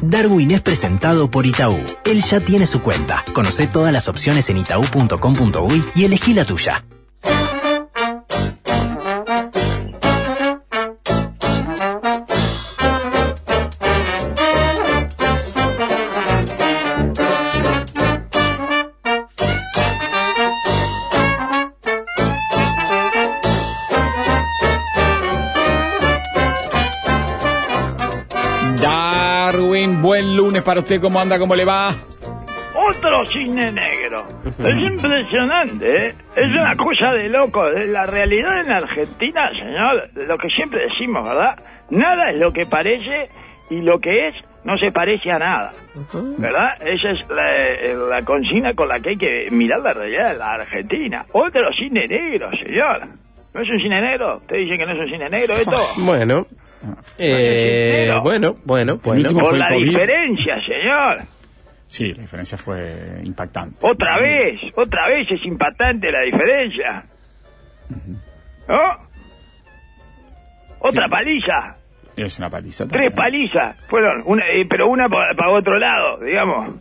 Darwin es presentado por Itaú. Él ya tiene su cuenta. Conocé todas las opciones en itaú.com.uy y elegí la tuya. Buen lunes para usted, ¿cómo anda? ¿Cómo le va? Otro cisne negro. Es impresionante, ¿eh? Es una cosa de loco. La realidad en Argentina, señor, lo que siempre decimos, ¿verdad? Nada es lo que parece y lo que es no se parece a nada, ¿verdad? Esa es la consigna con la que hay que mirar la realidad de la Argentina. Otro cisne negro, señor. ¿No es un cisne negro? ¿Usted dice que no es un cisne negro esto? Bueno. Bueno. Por la diferencia, señor. Sí, la diferencia fue impactante. Otra vez es impactante la diferencia. ¿No? Otra paliza. Es una paliza. 3 palizas fueron, pero una para otro lado, digamos.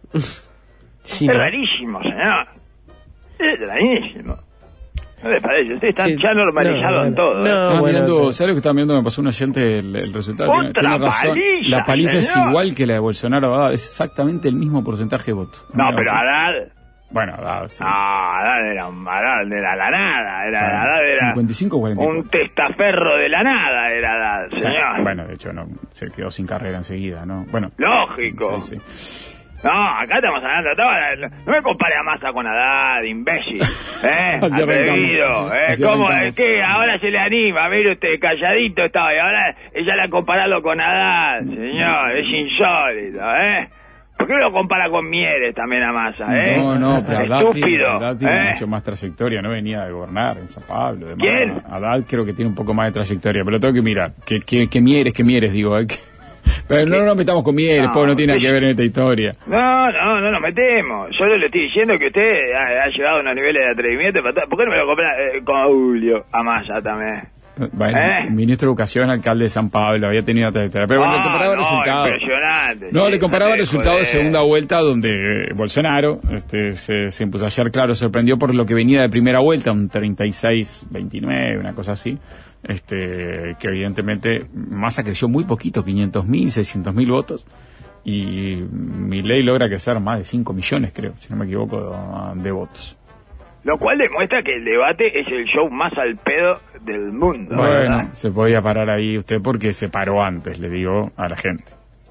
Sí, es ¿no? rarísimo, señor. Es rarísimo. ¿No les parece? Ustedes están ya normalizados en todo. Mirando, ¿sabes lo que estaba mirando? Me pasó un oyente el resultado. Tiene razón. Paliza, la paliza señor. es igual que la de Bolsonaro. Es exactamente el mismo porcentaje de votos. No, pero Haddad... Bueno, Haddad, sí. Haddad era la nada. Haddad era 55 o 44. un testaferro de la nada, era Haddad, señor. Sí, bueno, de hecho, no, se quedó sin carrera enseguida, ¿no? Bueno. Lógico. Sí. No, acá estamos hablando. No me compare a Massa con Haddad, imbécil. Atrevido. ¿Cómo es que ahora se le anima? Mire usted, calladito estaba y ahora ella la compararlo con Haddad. Señor, es insólito, ¿Por qué no lo compara con Mieres también a Massa, No, pero estúpido. Haddad tiene mucho más trayectoria, no venía de gobernar en San Pablo. ¿Quién? Haddad creo que tiene un poco más de trayectoria, pero tengo que mirar. Que Mieres, digo, Pero no nos metamos con Mieres, no tiene nada que ver en esta historia. No nos metemos. Solo le estoy diciendo que usted ha llegado a unos niveles de atrevimiento. ¿Por qué no me lo compra con Julio a Massa también? Bueno, ministro de Educación, alcalde de San Pablo, había tenido trayectoria. Pero bueno, le comparaba resultados. Impresionante. No, le comparaba resultados de segunda vuelta donde Bolsonaro se impuso ayer, claro, sorprendió por lo que venía de primera vuelta, un 36-29, una cosa así. Que evidentemente Massa creció muy poquito, 500.000, 600.000 votos, y Milei logra crecer más de 5 millones, creo, si no me equivoco, de votos. Lo cual demuestra que el debate es el show más al pedo del mundo. Bueno, ¿verdad? se podía parar ahí usted porque se paró antes, le digo a la gente.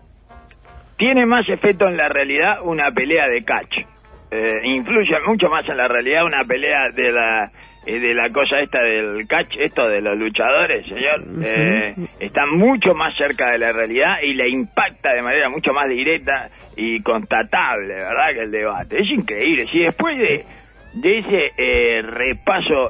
Tiene más efecto en la realidad una pelea de catch. Influye mucho más en la realidad una pelea de la cosa esta del catch, esto de los luchadores, señor. Está mucho más cerca de la realidad y la impacta de manera mucho más directa y constatable, ¿verdad? Que el debate. Es increíble. Si después de ese repaso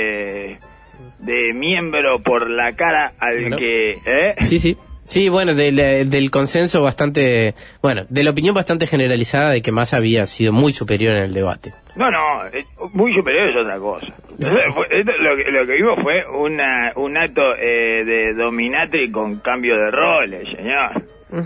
de miembro por la cara al que... Sí, bueno, del consenso bastante... Bueno, de la opinión bastante generalizada de que Massa había sido muy superior en el debate. No, muy superior es otra cosa. Lo que vimos fue un acto de dominatrix con cambio de roles, señor.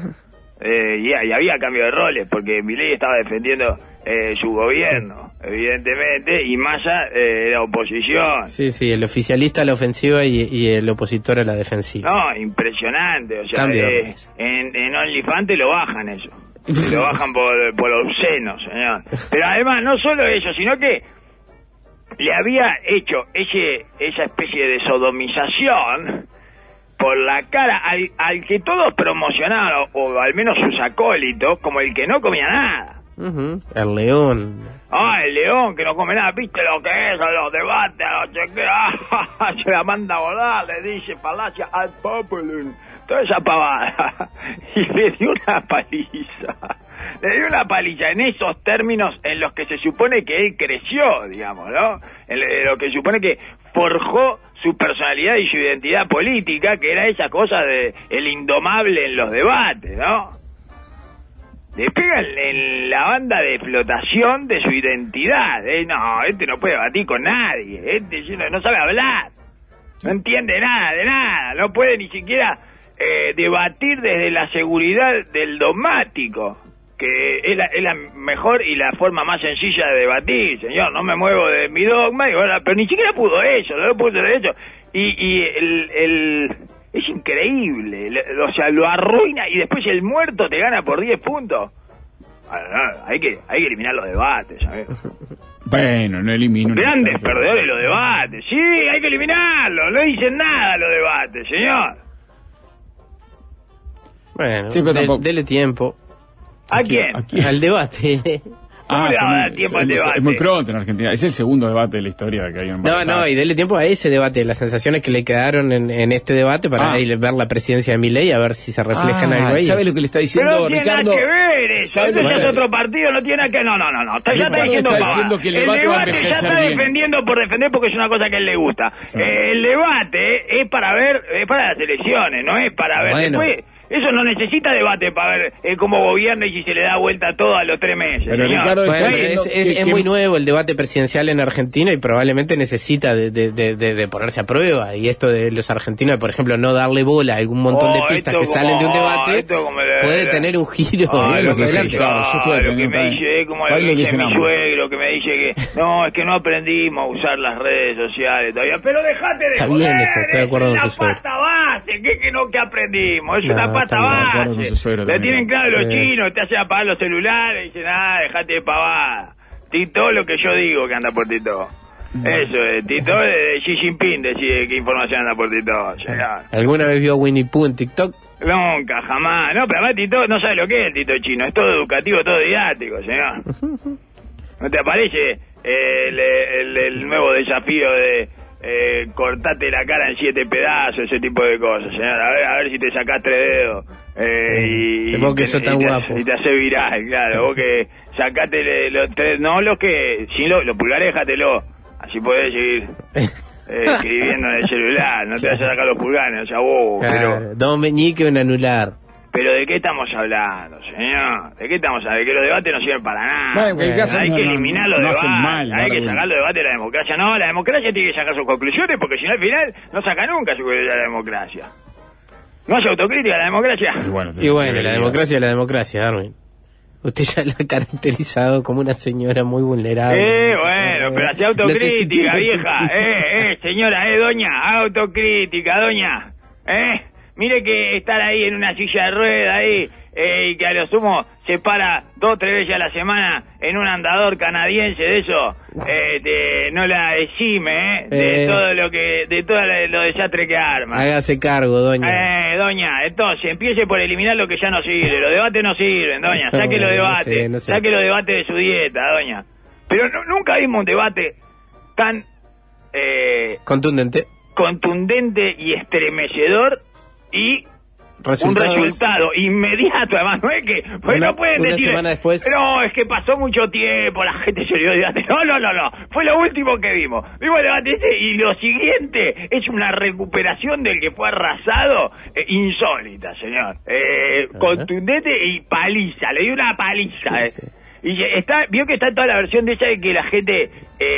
Y había cambio de roles, porque Milei estaba defendiendo su gobierno, evidentemente, y Massa era oposición. Sí, el oficialista a la ofensiva y el opositor a la defensiva. No, impresionante, o sea, en OnlyFans te lo bajan eso. Te lo bajan por obsceno, señor. Pero además, no solo eso, sino que le había hecho esa especie de sodomización por la cara al que todos promocionaron, o al menos sus acólitos, como el que no comía nada. El león. El león que no come nada, ¿viste lo que es? A los debates, a los chequeos, se la manda a volar, le dice falacia ad populum, toda esa pavada. Y le dio una paliza. Le dio una paliza en esos términos en los que se supone que él creció, digamos, ¿no? En lo que supone que forjó su personalidad y su identidad política, que era esa cosa de el indomable en los debates, ¿no? Le pegan en la banda de flotación de su identidad. No, no puede debatir con nadie. No sabe hablar. No entiende nada de nada. No puede ni siquiera debatir desde la seguridad del dogmático, que es la mejor y la forma más sencilla de debatir, señor. No me muevo de mi dogma, y ahora, pero ni siquiera pudo eso, no pudo hacer eso. Y es increíble, o sea, lo arruina y después el muerto te gana por 10 puntos. Hay que eliminar los debates, ¿sabes? Bueno, no elimino. Grandes perdedores los debates. Sí, hay que eliminarlos. No dicen nada los debates, señor. Bueno, sí, dele tiempo. ¿A quién? Al debate. ¿Cómo le va a dar tiempo al debate? Es muy pronto en Argentina. Es el segundo debate de la historia que hay en Barcelona. No, y dele tiempo a ese debate, las sensaciones que le quedaron en este debate para ver la presidencia de Milei, a ver si se refleja en algo ahí. ¿Sabe lo que le está diciendo pero no Ricardo? Tiene nada que ver eso. Entonces es otro partido, no tiene nada que ver. No. Ya está diciendo que el debate va a ya envejecer está bien. defendiendo por defender porque es una cosa que a él le gusta. Sí. El debate es para ver, es para las elecciones, no es para ver. Bueno. Después, eso no necesita debate para ver cómo gobierna y si se le da vuelta todo a los 3 meses. Pero Ricardo, bueno, es muy nuevo el debate presidencial en Argentina y probablemente necesita de ponerse a prueba. Y esto de los argentinos, por ejemplo, no darle bola a algún montón de pistas que salen de un debate, puede tener un giro. Lo que me dice, como lo que dice mi suegro, que me dice que no, es que no aprendimos a usar las redes sociales todavía. Pero dejate de Está bien eso, estoy de acuerdo con su suegro. Es la pasta base, que aprendimos, es una pasta base. Le tienen claro los chinos, te hacen apagar los celulares y dicen, dejate de pavada. Tito, lo que yo digo que anda por Tito. Eso es, Tito de Xi Jinping decide qué información anda por Tito. ¿Alguna vez vio a Winnie Pooh en TikTok? Nunca, jamás. No, pero además Tito no sabe lo que es el Tito chino, es todo educativo, todo didáctico, señor. ¿No te aparece el nuevo desafío de cortate la cara en 7 pedazos, ese tipo de cosas, señor? A ver si te sacás 3 dedos. Vos que sos tan guapo. Y te hace viral, claro. Vos que sacate los 3, no los que, sin los pulgares, déjatelo. Así podés seguir escribiendo en el celular. No te vas a sacar los pulgares, o sea, vos. Claro, pero 2 meñiques, un anular. Pero ¿de qué estamos hablando, señor? ¿De qué estamos hablando? De que los debates no sirven para nada. Bueno, hay que eliminar los debates. Mal, hay que sacar los debates de la democracia. No, la democracia tiene que sacar sus conclusiones porque si no al final no saca nunca su conclusión de la democracia. ¿No hay autocrítica de la democracia? Y bueno, la democracia es la democracia, Darwin. Usted ya la ha caracterizado como una señora muy vulnerable. Bueno, pero hace autocrítica, vieja. Señora, doña, autocrítica, doña. Mire que estar ahí en una silla de ruedas ahí, y que a lo sumo se para 2 o 3 veces a la semana en un andador canadiense de eso, no la exime, de todo lo desastre que arma. Hágase cargo, doña. Doña, entonces empiece por eliminar lo que ya no sirve. Los debates no sirven, doña. Saque los debates. No sé. Saque los debates de su dieta, doña. Pero nunca vimos un debate tan contundente y estremecedor y un resultado inmediato. Además, no es que no pueden decir semana después. No, es que pasó mucho tiempo, la gente se olvidó del debate. No, fue lo último que vimos el debate ese, y lo siguiente es una recuperación del que fue arrasado, insólita, señor, contundente y paliza, le dio una paliza. Sí. Y vio que está toda la versión de esa de que la gente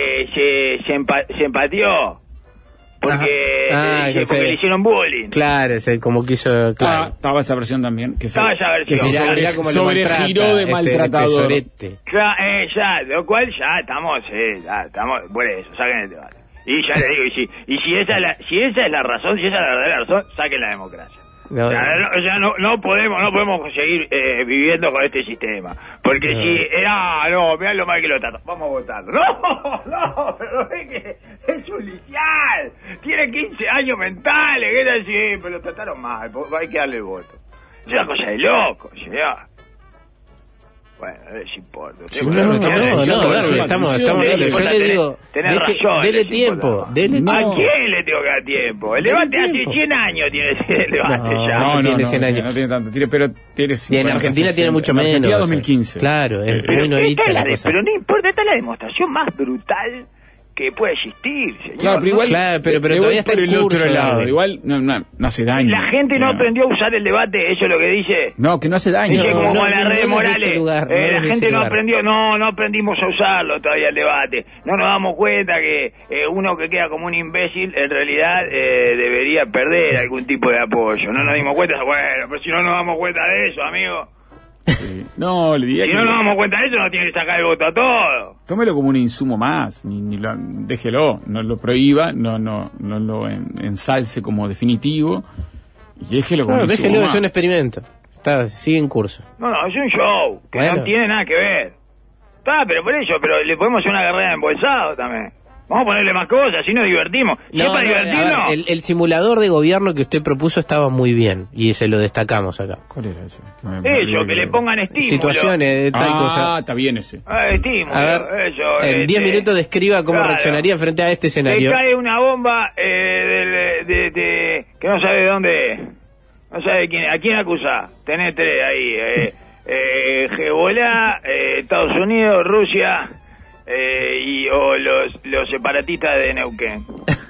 se empatió porque le hicieron bullying. Claro, como quiso. Claro. Estaba esa versión también. Estaba esa versión. Que sobregiró de maltratador. Lo cual ya estamos, por eso, saquen el debate. Y ya le digo, y si esa es la razón, si esa es la verdadera razón, saquen la democracia. No podemos seguir viviendo con este sistema, porque mirá lo mal que lo trato, vamos a votar. No, pero es que es un lisial, tiene 15 años mentales, ¿qué tal? Sí, pero lo trataron mal, hay que darle el voto. Es una cosa de loco, señor. Bueno, no les importa. Estamos hablando. Yo le digo, dele tiempo. ¿A quién le tengo que dar tiempo? El debate hace 100 años tiene el debate ya. No tiene 100 años. No tiene tanto, pero tiene 50. Y en Argentina tiene mucho menos. En Argentina 2015. Claro, es muy nuevita la cosa. Pero no importa, esta es la demostración más brutal que pueda existir, señor. Claro, pero igual, pero todavía está en curso. Otro lado. Igual no hace daño. La gente no aprendió a usar el debate, eso es lo que dice. No, que no hace daño. Dice como con las redes morales. La gente no aprendió, no aprendimos a usarlo todavía el debate. No nos damos cuenta que uno que queda como un imbécil, en realidad debería perder algún tipo de apoyo. No nos dimos cuenta, bueno, pero si no nos damos cuenta de eso, amigo. Sí. No, le diría si no nos damos cuenta de eso, nos tiene que sacar el voto a todo. Tómelo como un insumo más, déjelo, no lo prohíba, no lo ensalce como definitivo, y déjelo como un insumo déjelo, más. es un experimento, sigue en curso. No, es un show, que no tiene nada que ver. Pero por eso, pero le podemos hacer una carrera de embolsado también. Vamos a ponerle más cosas, así nos divertimos. Para divertirnos. El simulador de gobierno que usted propuso estaba muy bien y se lo destacamos acá. ¿Cuál era ese? Eso, que le pongan estímulo. Situaciones de tal cosa. Está bien ese. Estímulo. A ver, eso, en 10 minutos describa cómo reaccionaría frente a este escenario. Le cae una bomba que no sabe dónde, no sabe a quién acusar. Tenés tres ahí. Hezbollah, Estados Unidos, Rusia. O los separatistas de Neuquén.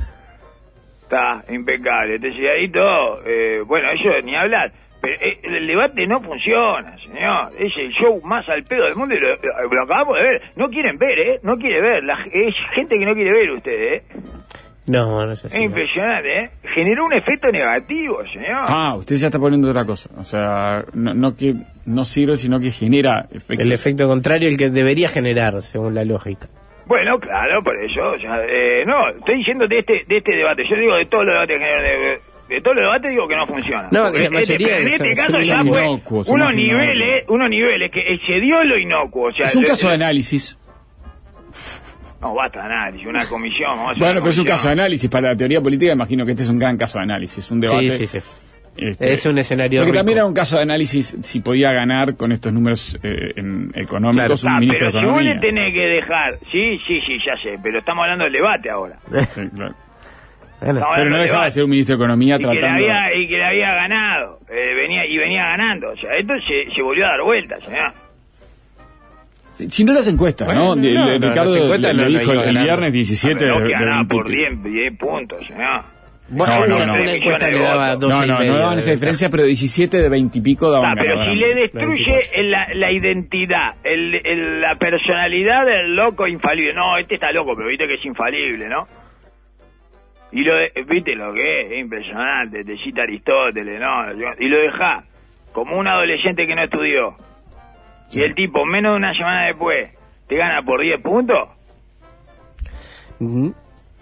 Está impecable. Entonces ahí todo, bueno, ellos ni hablar. Pero el debate no funciona, señor. Es el show más al pedo del mundo y lo acabamos de ver. No quieren ver, no quiere ver. Es gente que no quiere ver usted, No es así. Es impresionante, Generó un efecto negativo, señor. Usted ya está poniendo otra cosa. O sea, no que no sirve, sino que genera efectos. El efecto contrario, el que debería generar, según la lógica. Bueno, claro, por eso. No, estoy diciendo de este debate. Yo digo de todos los debates que generan de todos los debates digo que no funciona. No, la mayoría en este caso ya fue unos niveles que excedió lo inocuo. O sea, es un caso de análisis. No, basta de análisis, una comisión. Bueno, pero es un caso de análisis. Para la teoría política imagino que este es un gran caso de análisis, un debate. Sí. Es un escenario porque rico. también era un caso de análisis si podía ganar con estos números económicos un ministro de Economía. Pero si vos le tenés que dejar... Sí, ya sé, pero estamos hablando del debate ahora. Sí, claro. Pero no dejaba de ser un ministro de Economía tratando... Y que le había ganado, venía ganando. O sea, esto se volvió a dar vueltas, señor. Si no las encuestas, bueno, Ricardo le dijo el viernes 17 no, de que ganaba 20. por 10 puntos, señor. Bueno, una encuesta le daba 2,5. No daban esa diferencia, pero 17 de 20 y pico daban. Pero si le destruye la identidad, la personalidad del loco infalible. No, este está loco, pero viste que es infalible, ¿no? Y viste lo que es impresionante, te cita Aristóteles, ¿no? Y lo deja como un adolescente que no estudió. Sí. Y el tipo, menos de una semana después, te gana por 10 puntos. Bueno,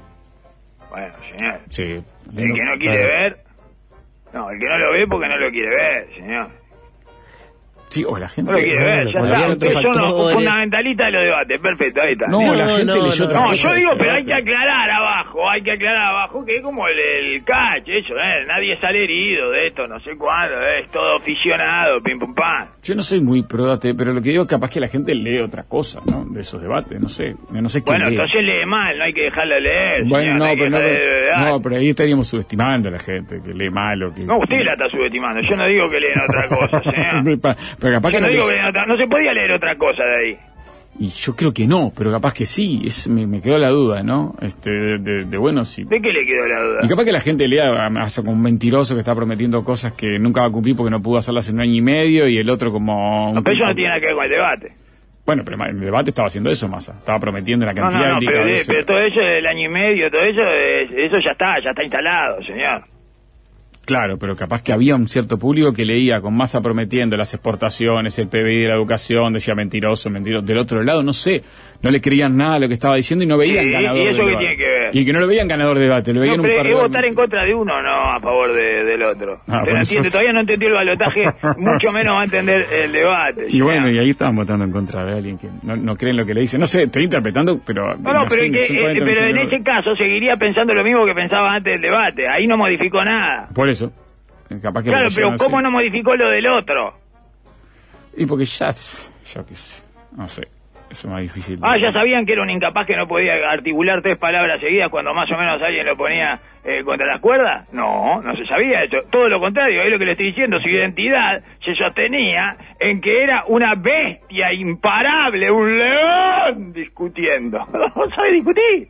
señor. Sí. El que no quiere ver... No, el que no lo ve porque no lo quiere ver, señor. Sí, o la gente... No lo quiere ver, ya está. Ustedes son los fundamentalistas de los debates, perfecto, ahí está. No, la gente leyó otra cosa. No, yo digo, pero hay que aclarar abajo, que es como el catch, eso, nadie sale herido de esto, no sé cuándo, es todo aficionado, pim pum pam. Yo no soy muy pro debate, pero lo que digo, capaz que la gente lee otra cosa, ¿no? De esos debates, no sé qué bueno, lee. entonces lee mal, no hay que dejarla leer. Bueno, señor, pero ahí estaríamos subestimando a la gente, que lee mal o que... No, usted la está subestimando, yo no digo que leen otra cosa, señor. Pero capaz que no se podía leer otra cosa de ahí. Y yo creo que no, pero capaz que sí. Me quedó la duda, ¿no? Bueno, sí. ¿De qué le quedó la duda? Y capaz que la gente lea como un mentiroso que está prometiendo cosas que nunca va a cumplir porque no pudo hacerlas en 1 año y medio, y el otro como... No, pero eso no tiene nada que ver con el debate. Bueno, pero el debate estaba haciendo eso, Massa. Estaba prometiendo la cantidad de indicadores. Pero todo eso del año y medio, todo eso ya está instalado, señor. Claro, pero capaz que había un cierto público que leía con Massa prometiendo las exportaciones, el PBI de la educación, decía mentiroso. Del otro lado, no sé, no le creían nada a lo que estaba diciendo y no veían ganador ¿Y eso del qué debate. tiene que ver? Y que no lo veían ganador de debate, lo veían un perdedor. Es votar en contra de uno, no a favor del otro. Todavía no entendió el balotaje, mucho menos va a entender el debate. Y bueno, y ahí estaban votando en contra de alguien que no creen lo que le dice. No sé, estoy interpretando, pero... pero en ese caso seguiría pensando lo mismo que pensaba antes del debate. Ahí no modificó nada. Por eso. Capaz que claro, pero ¿cómo no modificó lo del otro? Y porque yo qué sé, no sé. Eso es más difícil. ¿Ya sabían que era un incapaz que no podía articular 3 palabras seguidas cuando más o menos alguien lo ponía contra las cuerdas? No se sabía eso. Todo lo contrario, es lo que le estoy diciendo. Su identidad se sostenía en que era una bestia imparable, un león discutiendo. ¿No sabe discutir?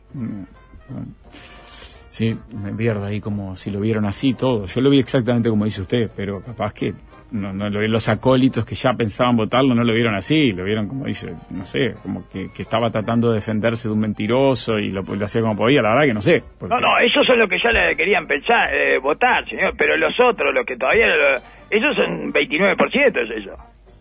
Sí, me pierdo ahí como si lo vieron así todo. Yo lo vi exactamente como dice usted, pero capaz que los acólitos que ya pensaban votarlo no lo vieron así, lo vieron como dice, no sé, como que estaba tratando de defenderse de un mentiroso y lo hacía como podía, la verdad que no sé. Porque... No, esos son los que ya le querían pensar, votar, señor, pero los otros, los que todavía... esos son 29% eso.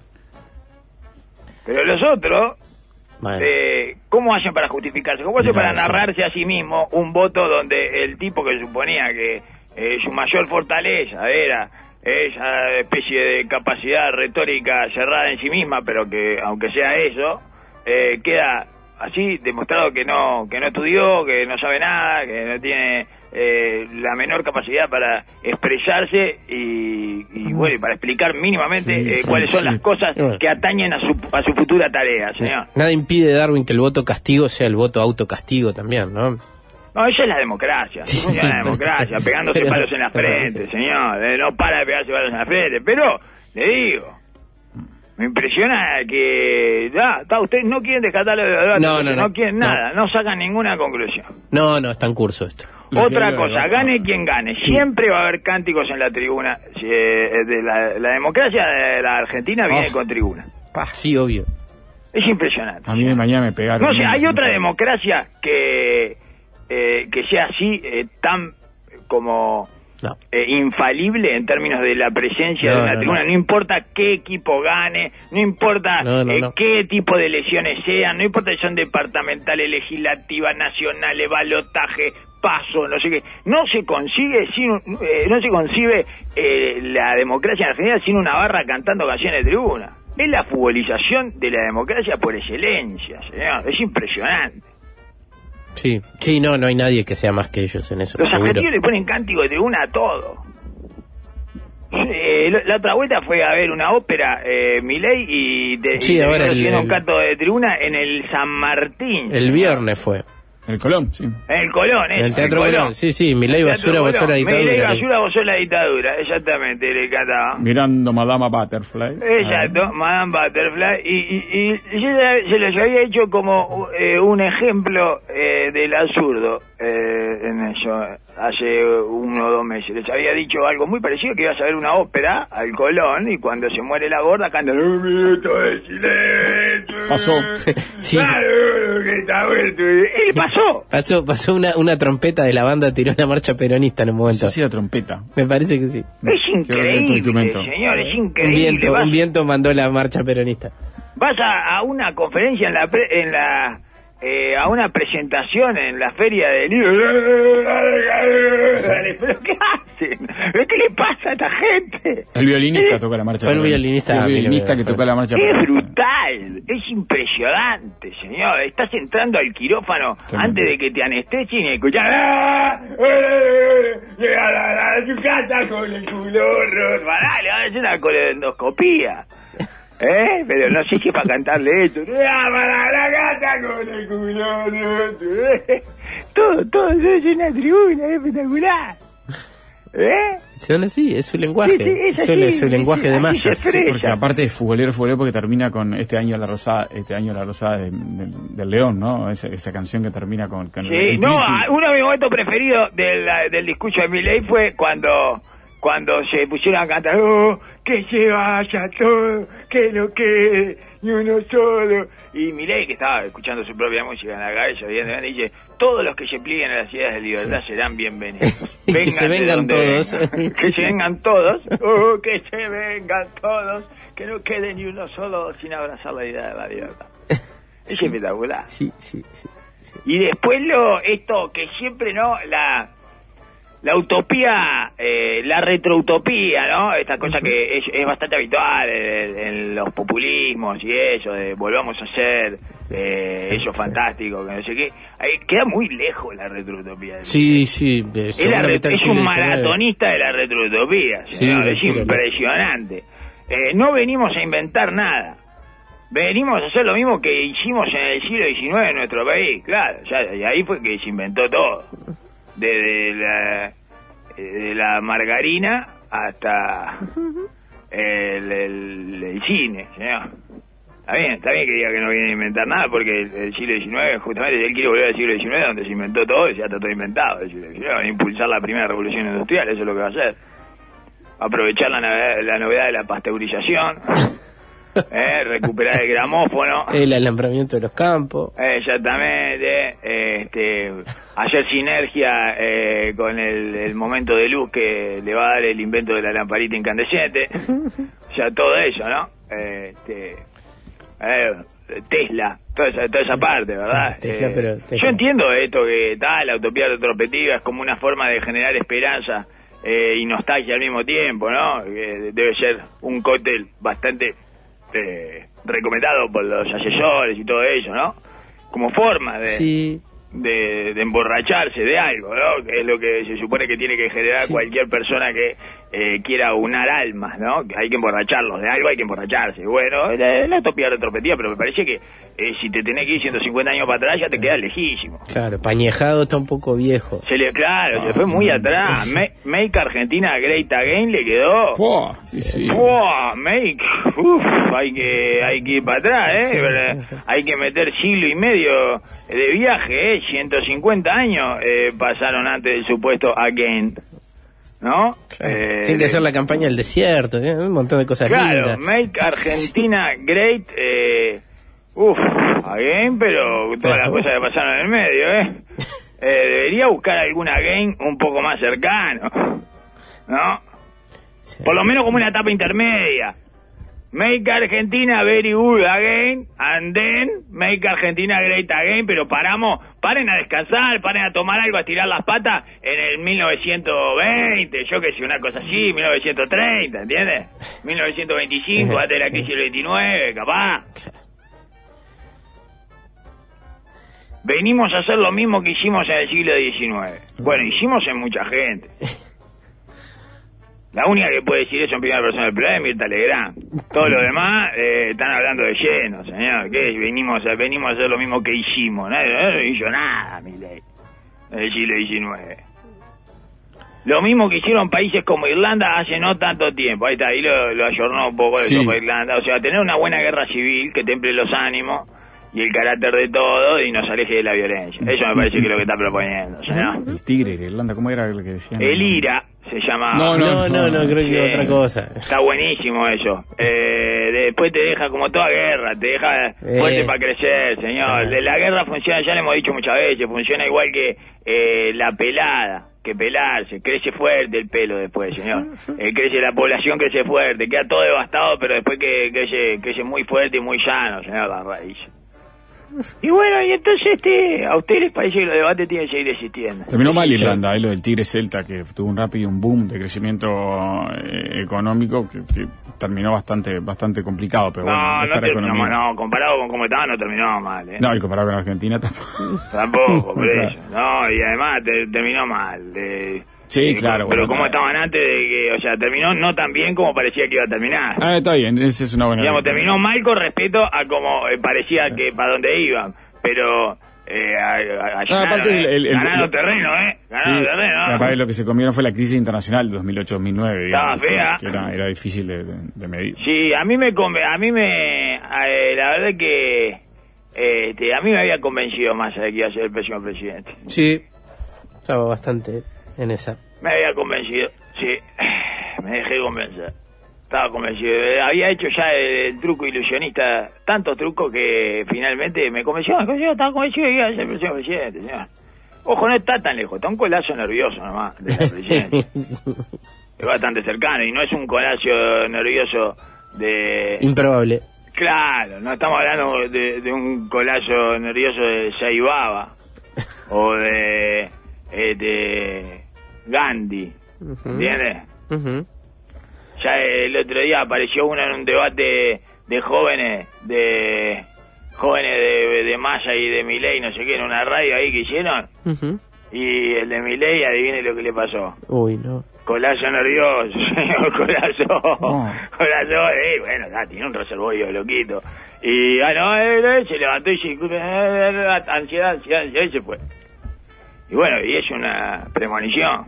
Pero los otros... Bueno. ¿Cómo hacen para justificarse? ¿Cómo hacen para narrarse a sí mismo un voto donde el tipo que suponía que su mayor fortaleza era esa especie de capacidad retórica cerrada en sí misma, pero que aunque sea eso, queda así demostrado que no estudió, que no sabe nada, que no tiene la menor capacidad para expresarse y bueno, y para explicar mínimamente cuáles son las cosas que atañen a su futura tarea, señor. Nada impide, Darwin, que el voto castigo sea el voto autocastigo también, ¿no? No, eso es la democracia, la democracia, pegándose palos en la frente, señor, no para de pegarse palos en la frente, pero, le digo, me impresiona que ustedes no quieren descartarlo de debate, no quieren nada, no sacan ninguna conclusión. No, está en curso esto. Otra cosa, gane quien gane, siempre va a haber cánticos en la tribuna, de la democracia de la Argentina viene con tribuna. Sí, obvio. Es impresionante. A mí de mañana me pegaron. No sé, hay otra democracia que sea así, tan como infalible en términos de la presencia de la tribuna. No importa qué equipo gane, no importa qué tipo de elecciones sean, no importa si son departamentales, legislativas, nacionales, balotaje, paso, no sé qué. No se concibe la democracia en Argentina sin una barra cantando canciones de tribuna. Es la futbolización de la democracia por excelencia, señor. Es impresionante. Sí, no hay nadie que sea más que ellos en eso. Los argentinos le ponen cántico de tribuna a todo. La otra vuelta fue a ver una ópera, Milei, y un canto de tribuna en el San Martín. El viernes fue. El Colón, sí. El Colón, en el Teatro Colón. Sí, Milei basura, vos la dictadura. Milei basura, vos la dictadura, exactamente, le cantaba. Mirando Madame Butterfly. Exacto, Madame Butterfly. Y yo se les había hecho como un ejemplo del absurdo en eso, hace 1 o 2 meses. Les había dicho algo muy parecido, que ibas a ver una ópera al Colón y cuando se muere la gorda cantan un minuto de silencio. Pasó. Sí. Él pasó una trompeta de la banda, tiró una marcha peronista en un momento. Sí, la trompeta. Me parece que sí. Es increíble, señor, es increíble. Un viento mandó la marcha peronista. Vas a una conferencia a una presentación en la feria del libro. ¿Pero qué hacen? ¿Qué le pasa a esta gente? El violinista toca la marcha. Fue el violinista que tocó la marcha. Es brutal, es impresionante, señor. Estás entrando al quirófano antes de que te anestesien y escuchás llega a su casa con el culo roto. Le van a hacer una colonoscopía. Pero no sé si es para cantarle esto. Para la gata con el culo roto. Todo es una tribuna, es espectacular. Son así, es su lenguaje. Es su lenguaje de masas. Sí, porque aparte es futbolero porque termina con este año la rosada del León, ¿no? Esa canción que termina con uno de mis momentos preferidos del discurso de Milei fue cuando se pusieron a cantar, que se vaya todo, que no quede ni uno solo. Y Milei, que estaba escuchando su propia música en la cabeza, evidentemente, dice, todos los que se plieguen a las ideas de libertad serán bienvenidos. Que se vengan todos. Que se vengan todos, que se vengan todos, que no quede ni uno solo sin abrazar la idea de la libertad. Es espectacular. Sí. Y después esto que siempre, la utopía, la retroutopía, ¿no? Esta cosa que es bastante habitual en los populismos y eso, de volvamos a ser eso fantástico, que no sé qué. Queda muy lejos la retroutopía. Sí. Es un maratonista de la retroutopía, es impresionante. No venimos a inventar nada. venimos a hacer lo mismo que hicimos en el siglo XIX en nuestro país, claro, y ahí fue que se inventó todo, desde la margarina hasta el cine, señor. Está bien que diga que no viene a inventar nada, porque el siglo XIX, justamente, él quiere volver al siglo XIX, donde se inventó todo y ya está todo inventado. El siglo XIX va a impulsar la primera revolución industrial, eso es lo que va a hacer. Aprovechar la novedad de la pasteurización, recuperar el gramófono. El alambramiento de los campos. Exactamente. Hacer sinergia con el momento de luz que le va a dar el invento de la lamparita incandescente. Ya todo eso, ¿no? Tesla, toda esa parte, ¿verdad? Tesla, pero Tesla. Yo entiendo esto que la utopía retrospectiva es como una forma de generar esperanza y nostalgia al mismo tiempo, ¿no? Debe ser un cóctel bastante recomendado por los asesores y todo eso, ¿no? Como forma de emborracharse de algo, ¿no? Que es lo que se supone que tiene que generar cualquier persona que quiera unar almas, ¿no? Que hay que emborracharlos de algo, hay que emborracharse. Bueno, la utopía retrospectiva, pero me parece que si te tenés que ir 150 años para atrás ya te quedas lejísimo. Claro, Pañejado está un poco viejo. Se fue muy atrás. Make Argentina Great Again le quedó. Hay que ir para atrás, hay que meter siglo y medio de viaje, 150 años pasaron antes del supuesto Again, ¿no? Claro. Tiene que hacer la campaña del desierto, un montón de cosas lindas. Claro, Make Argentina Great Again, pero todas las cosas que pasaron en el medio, debería buscar algún Again un poco más cercano, ¿no? Sí. Por lo menos como una etapa intermedia. Make Argentina very good again, and then make Argentina great again, pero paren a descansar, paren a tomar algo, a tirar las patas en el 1920, yo que sé, una cosa así, 1930, ¿entiendes? 1925, antes de la crisis del 29, capaz. Venimos a hacer lo mismo que hicimos en el siglo XIX. Bueno, hicimos en mucha gente. La única que puede decir eso en primera persona del programa es Mirta Legrand. Todos los demás están hablando de lleno, señor. ¿Qué? Venimos a hacer lo mismo que hicimos. No hizo nada, Milei, en el siglo XIX. Lo mismo que hicieron países como Irlanda hace no tanto tiempo. Ahí está, ahí lo ayornó un poco de todo Irlanda. O sea, tener una buena guerra civil que temple los ánimos y el carácter de todo y nos aleje de la violencia. Eso me parece que es lo que está proponiendo, ¿no? El tigre de Irlanda, ¿cómo era lo que decían? El IRA se llamaba. No, creo que otra cosa. Está buenísimo eso. Después te deja como toda guerra, te deja fuerte para crecer, señor. La guerra funciona, ya lo hemos dicho muchas veces, funciona igual que la pelada. Que pelarse, crece fuerte el pelo después, señor. Crece la población, crece fuerte, queda todo devastado, pero después que crece muy fuerte y muy llano, señor, la raíz. Y bueno, y entonces a ustedes les parece que los debates tienen que seguir existiendo. Terminó mal Irlanda, lo del tigre celta, que tuvo un rápido boom de crecimiento económico que terminó bastante complicado, pero no, comparado con cómo estaba no terminó mal, No, y comparado con Argentina tampoco, por eso. No, y además terminó mal. Sí, claro. Pero como estaban antes de que, o sea, terminó no tan bien como parecía que iba a terminar. Está bien, esa es una buena. Digamos, terminó mal con respecto a como parecía que para dónde iban, pero ganaron terreno, Ganaron terreno. Aparte lo que se comieron fue la crisis internacional de 2008-2009, digamos. Estaba fea. Que era difícil de medir. Sí, la verdad que a mí me había convencido más de que iba a ser el próximo presidente. Sí, estaba bastante en esa. Me había convencido, sí, me dejé convencer. Estaba convencido. Había hecho ya el truco ilusionista, tantos trucos que finalmente me convenció. Estaba convencido de que iba a ser el próximo presidente, señor. Ojo, no está tan lejos, está un colazo nervioso nomás de ser presidente. Es bastante cercano y no es un colazo nervioso de... Improbable. Claro, no estamos hablando de un colazo nervioso de Saibaba o de Gandhi, ¿entiendes? Ya el otro día apareció uno en un debate de jóvenes de Massa y de Milei, no sé qué, en una radio ahí que hicieron, Y el de Milei, adivine lo que le pasó. Uy, no. Colazo nervioso, señor, colazo. Colazo, bueno, tiene un reservorio loquito. Y, se levantó y ansiedad, y se fue. Y bueno, y es una premonición.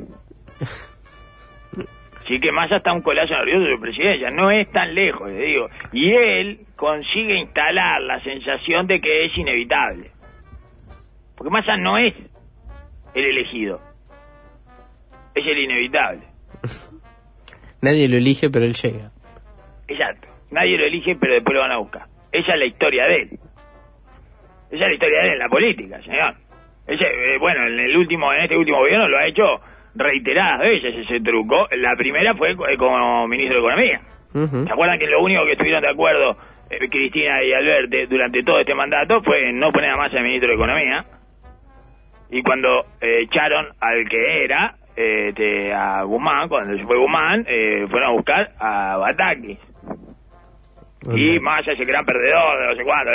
Así que Massa está un colazo nervioso de su presidencia, no es tan lejos, le digo. Y él consigue instalar la sensación de que es inevitable. Porque Massa no es el elegido, es el inevitable. Nadie lo elige, pero él llega. Exacto, nadie lo elige, pero después lo van a buscar. Esa es la historia de él. Esa es la historia de él en la política, señor. Bueno, en este último gobierno lo ha hecho reiteradas veces ese truco. La primera fue como ministro de Economía. ¿Se acuerdan que lo único que estuvieron de acuerdo Cristina y Alberto durante todo este mandato fue no poner a Massa de ministro de Economía? Y cuando echaron al que era, a Guzmán, cuando se fue Guzmán, fueron a buscar a Batakis. Y Massa, ese gran perdedor de no sé cuánto,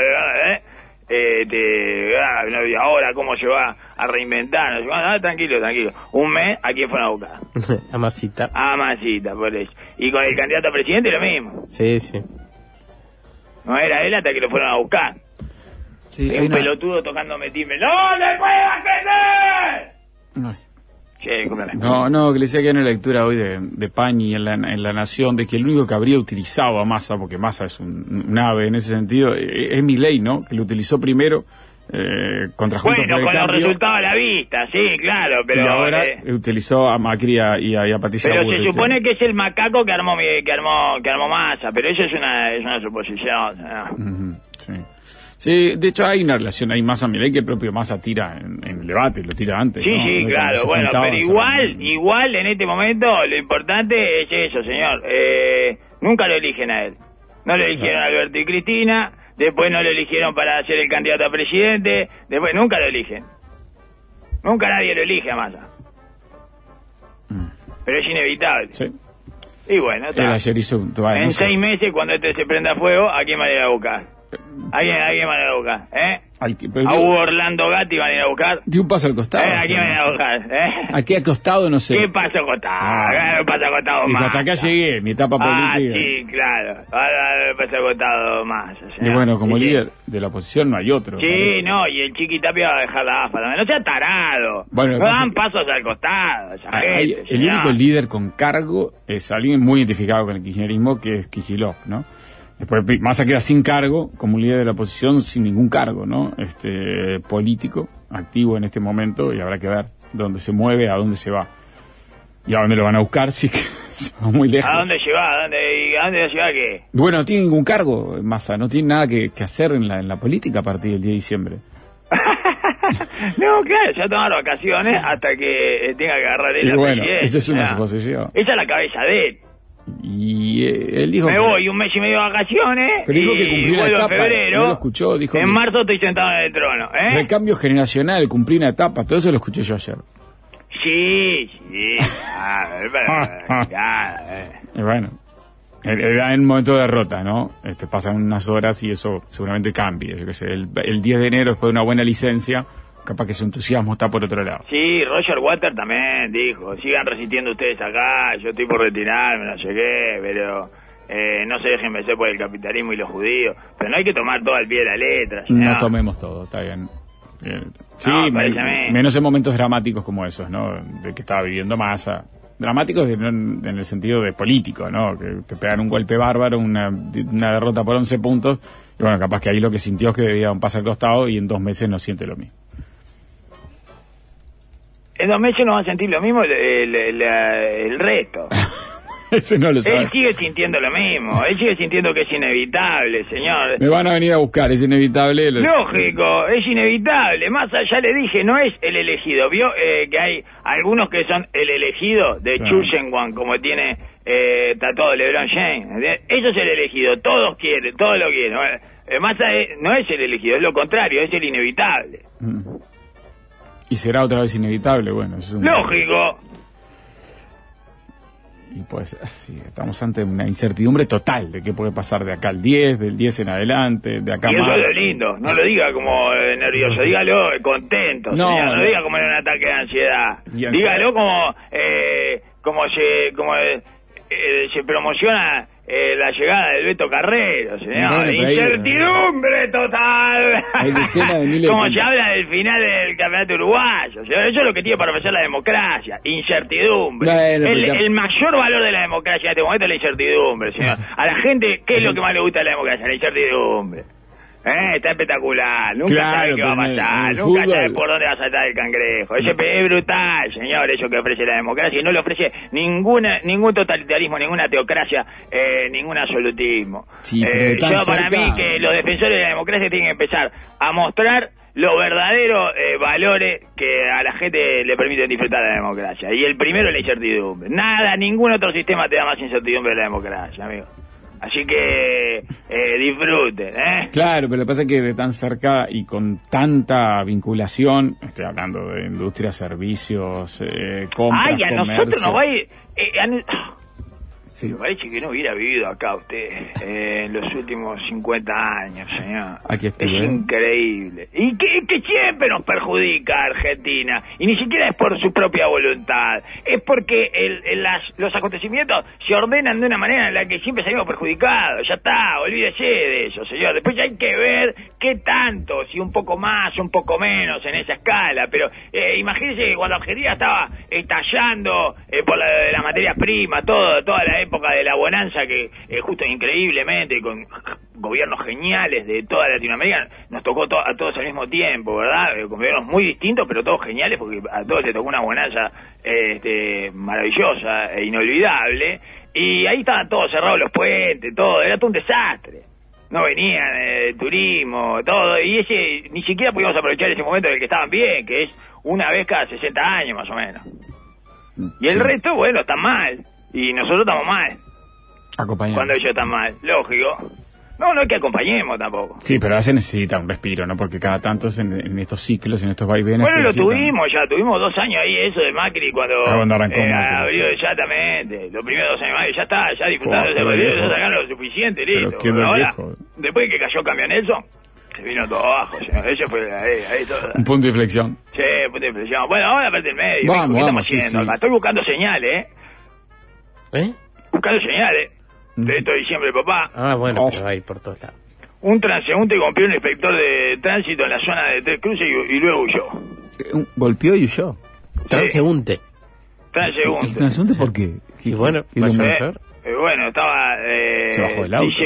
y ahora cómo se va a reinventar, no sé, tranquilo, un mes, ¿a quién fueron a buscar? A Masita, por eso. Y con el candidato a presidente lo mismo. Sí. No era él hasta que lo fueron a buscar. Sí, un pelotudo tocándome timbre. ¡No le puedas crecer! No, que le decía que hay una lectura hoy de Pañi en la Nación, de que el único que habría utilizado a Massa, porque Massa es un ave en ese sentido, es Milei, ¿no? Que lo utilizó primero contra Juntos por el con Cambio. Los resultados a la vista, sí, claro, pero... Y ahora utilizó a Macri y a Patricia Pero Bullrich. se supone que es el macaco que armó Massa, pero eso es una suposición, ¿no? Sí. Sí, de hecho hay una relación, hay Massa Milei que el propio Massa tira en el debate, lo tira antes. Sí, ¿no? sí, claro, bueno, pero igual en este momento lo importante es eso, señor. Nunca lo eligen a él. No lo eligieron a Alberto y Cristina, después no lo eligieron para ser el candidato a presidente, después nunca lo eligen. Nunca nadie lo elige a Massa. Pero es inevitable. Sí. Y bueno, en 6 meses, cuando se prenda fuego, ¿a quién van a ir a buscar? ¿A quién van a ir a buscar? ¿A Hugo Orlando Gatti van a ir a buscar? De un paso al costado. ¿A quién van a ir a buscar? ¿A qué acostado? No sé. ¿Qué paso acostado? ¿Qué paso acostado más? Hasta acá llegué, mi etapa política. Sí, claro. Ahora paso acostado más. Y bueno, como líder de la oposición no hay otro. Sí, no, y el Chiqui Tapia va a dejar la AFA también. No sea tarado. Bueno, no dan pasos al costado. El único líder con cargo es alguien muy identificado con el kirchnerismo, que es Kicillof, ¿no? Después Massa queda sin cargo, como un líder de la oposición, sin ningún cargo, ¿no? Político, activo en este momento, y habrá que ver dónde se mueve, a dónde se va. ¿Y a dónde lo van a buscar? Sí que se va muy lejos. ¿A dónde lleva? ¿A dónde lleva qué? Bueno, no tiene ningún cargo, Massa, no tiene nada que hacer en la política a partir del 10 de diciembre. No, claro, ya tomar vacaciones hasta que tenga que agarrar el presidencia. Esa es una suposición. Esa es la cabeza de él. Y él dijo me voy un mes y medio de vacaciones, pero dijo que cumplí una etapa, en febrero, no lo escuchó, dijo en marzo estoy sentado en el trono, recambio generacional, cumplí una etapa, todo eso lo escuché yo ayer. Sí. Y bueno, era en un momento de derrota, ¿no? Pasan unas horas y eso seguramente cambie. Yo qué sé, el 10 de enero, después de una buena licencia, capaz que su entusiasmo está por otro lado. Sí, Roger Waters también dijo, sigan resistiendo ustedes acá, yo estoy por retirarme, no sé qué, pero no se dejen vencer por el capitalismo y los judíos. Pero no hay que tomar todo al pie de la letra. No tomemos todo, está bien. Sí, menos en momentos dramáticos como esos, ¿no? De que estaba viviendo Massa. Dramáticos en el sentido de político, ¿no? Que te pegan un golpe bárbaro, una derrota por 11 puntos, y bueno, capaz que ahí lo que sintió es que debía un paso al costado y en 2 meses no siente lo mismo. En 2 meses no va a sentir lo mismo el resto. Ese no lo sabe. Él sigue sintiendo lo mismo. Él sigue sintiendo que es inevitable, señor. Me van a venir a buscar, es inevitable. Lógico, es inevitable. Más allá le dije, no es el elegido. Vio que hay algunos que son el elegido de Chushenwan, como tiene tatuado LeBron James. Eso es el elegido. Todos lo quieren. Massa no es el elegido, es lo contrario, es el inevitable. ¿Y será otra vez inevitable? Bueno, eso es lógico. Y pues sí, estamos ante una incertidumbre total de qué puede pasar de acá al 10, del 10 en adelante, de acá y más. eso es lo lindo, no lo diga como nervioso, dígalo contento, no, señor, no diga como en un ataque de ansiedad, dígalo como se promociona la llegada del Beto Carrero, señor. Bueno, Incertidumbre total. Hay decenas de miles como de... se habla del final del campeonato uruguayo, señor. Eso es lo que tiene para ofrecer la democracia, incertidumbre. Bueno, el mayor valor de la democracia en este momento es la incertidumbre, señor. A la gente, ¿qué es lo que más le gusta de la democracia? La incertidumbre. Está espectacular, nunca sabe qué va a pasar, nunca sabe por dónde va a saltar el cangrejo. Es brutal, señor, eso que ofrece la democracia, y no le ofrece ningún totalitarismo, ninguna teocracia, ningún absolutismo. Sí, para mí que los defensores de la democracia tienen que empezar a mostrar los verdaderos valores que a la gente le permiten disfrutar de la democracia. Y el primero es la incertidumbre. Ningún otro sistema te da más incertidumbre de la democracia, amigo. Así que disfruten, Claro, pero lo que pasa es que de tan cerca y con tanta vinculación, estoy hablando de industria, servicios, compras, a comercio. nosotros nos va a ir... Sí. Me parece que no hubiera vivido acá usted en los últimos 50 años, señor. Aquí estuve. Es increíble. Y que siempre nos perjudica a Argentina. Y ni siquiera es por su propia voluntad. Es porque los acontecimientos se ordenan de una manera en la que siempre salimos perjudicados. Ya está, olvídese de eso, señor. Después hay que ver qué tanto, si un poco más, un poco menos en esa escala. Pero imagínese que cuando Argentina estaba estallando por la materia prima, toda la época de la bonanza que justo increíblemente con gobiernos geniales de toda Latinoamérica nos tocó a todos al mismo tiempo, ¿verdad? Con gobiernos muy distintos pero todos geniales porque a todos les tocó una bonanza maravillosa e inolvidable, y ahí estaban todos cerrados los puentes, todo, era todo un desastre. No venían turismo, todo, y ni siquiera pudimos aprovechar ese momento del que estaban bien, que es una vez cada 60 años más o menos. Y el resto, bueno, están mal. Y nosotros estamos mal. Acompañamos. Cuando ellos están mal, lógico. No es que acompañemos tampoco. Sí, pero se necesita un respiro, ¿no? Porque cada tanto en estos ciclos, en estos vaivenes... Bueno, tuvimos 2 años ahí, eso de Macri, cuando arrancó abrió exactamente. Los primeros 2 años de Macri, ya está, ya disfrutaron de ese ya sacaron lo suficiente, listo. Ahora, después que cayó Cambio Nelson, se vino todo abajo, señor. Eso fue ahí todo. Un punto de inflexión. Sí, punto de inflexión. Bueno, ahora aparte el medio. ¿Qué estamos haciendo acá? Estoy buscando señales, Buscando señales de esto de diciembre, papá. Bueno, pero ahí por todos lados. Un transeúnte golpeó a un inspector de tránsito en la zona de Tres Cruces y luego huyó. ¿Golpeó y huyó? Transeúnte. ¿Transeúnte por qué? Y bueno, bueno, estaba... se bajó del auto.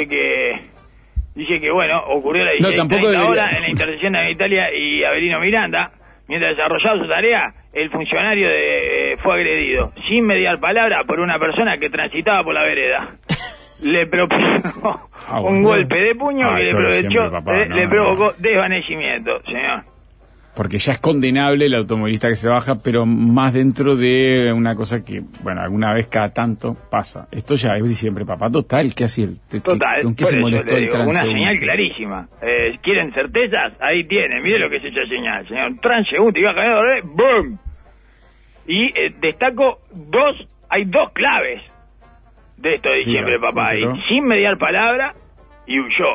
Dice que bueno, ocurrió la 16:30 hora en la intersección de Italia y Avelino Miranda. Mientras desarrollaba su tarea, el funcionario fue agredido, sin mediar palabra, por una persona que transitaba por la vereda. Le propuso un golpe de puño que le provocó desvanecimiento, señor. Porque ya es condenable el automovilista que se baja, pero más dentro de una cosa que, bueno, alguna vez cada tanto pasa. Esto ya es diciembre, papá. Total, ¿qué hacía? Total. ¿Con qué se molestó el transeúnte? Una señal clarísima. ¿Quieren certezas? Ahí tienen. Mire lo que es esa señal, señor. Transeúnte, iba caminando, ¡boom! Y destaco hay 2 claves de esto de diciembre, papá. Y sin mediar palabra y huyó.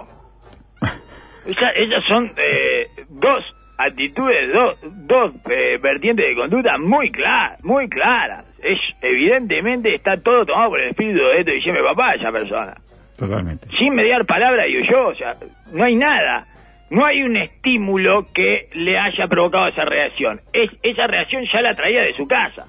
Esas son 2 actitudes, dos vertientes de conducta muy claras. Evidentemente está todo tomado por el espíritu de esto de diciembre, papá, esa persona. Totalmente. Sin mediar palabra y huyó, o sea, no hay nada. No hay un estímulo que le haya provocado esa reacción. Esa reacción ya la traía de su casa.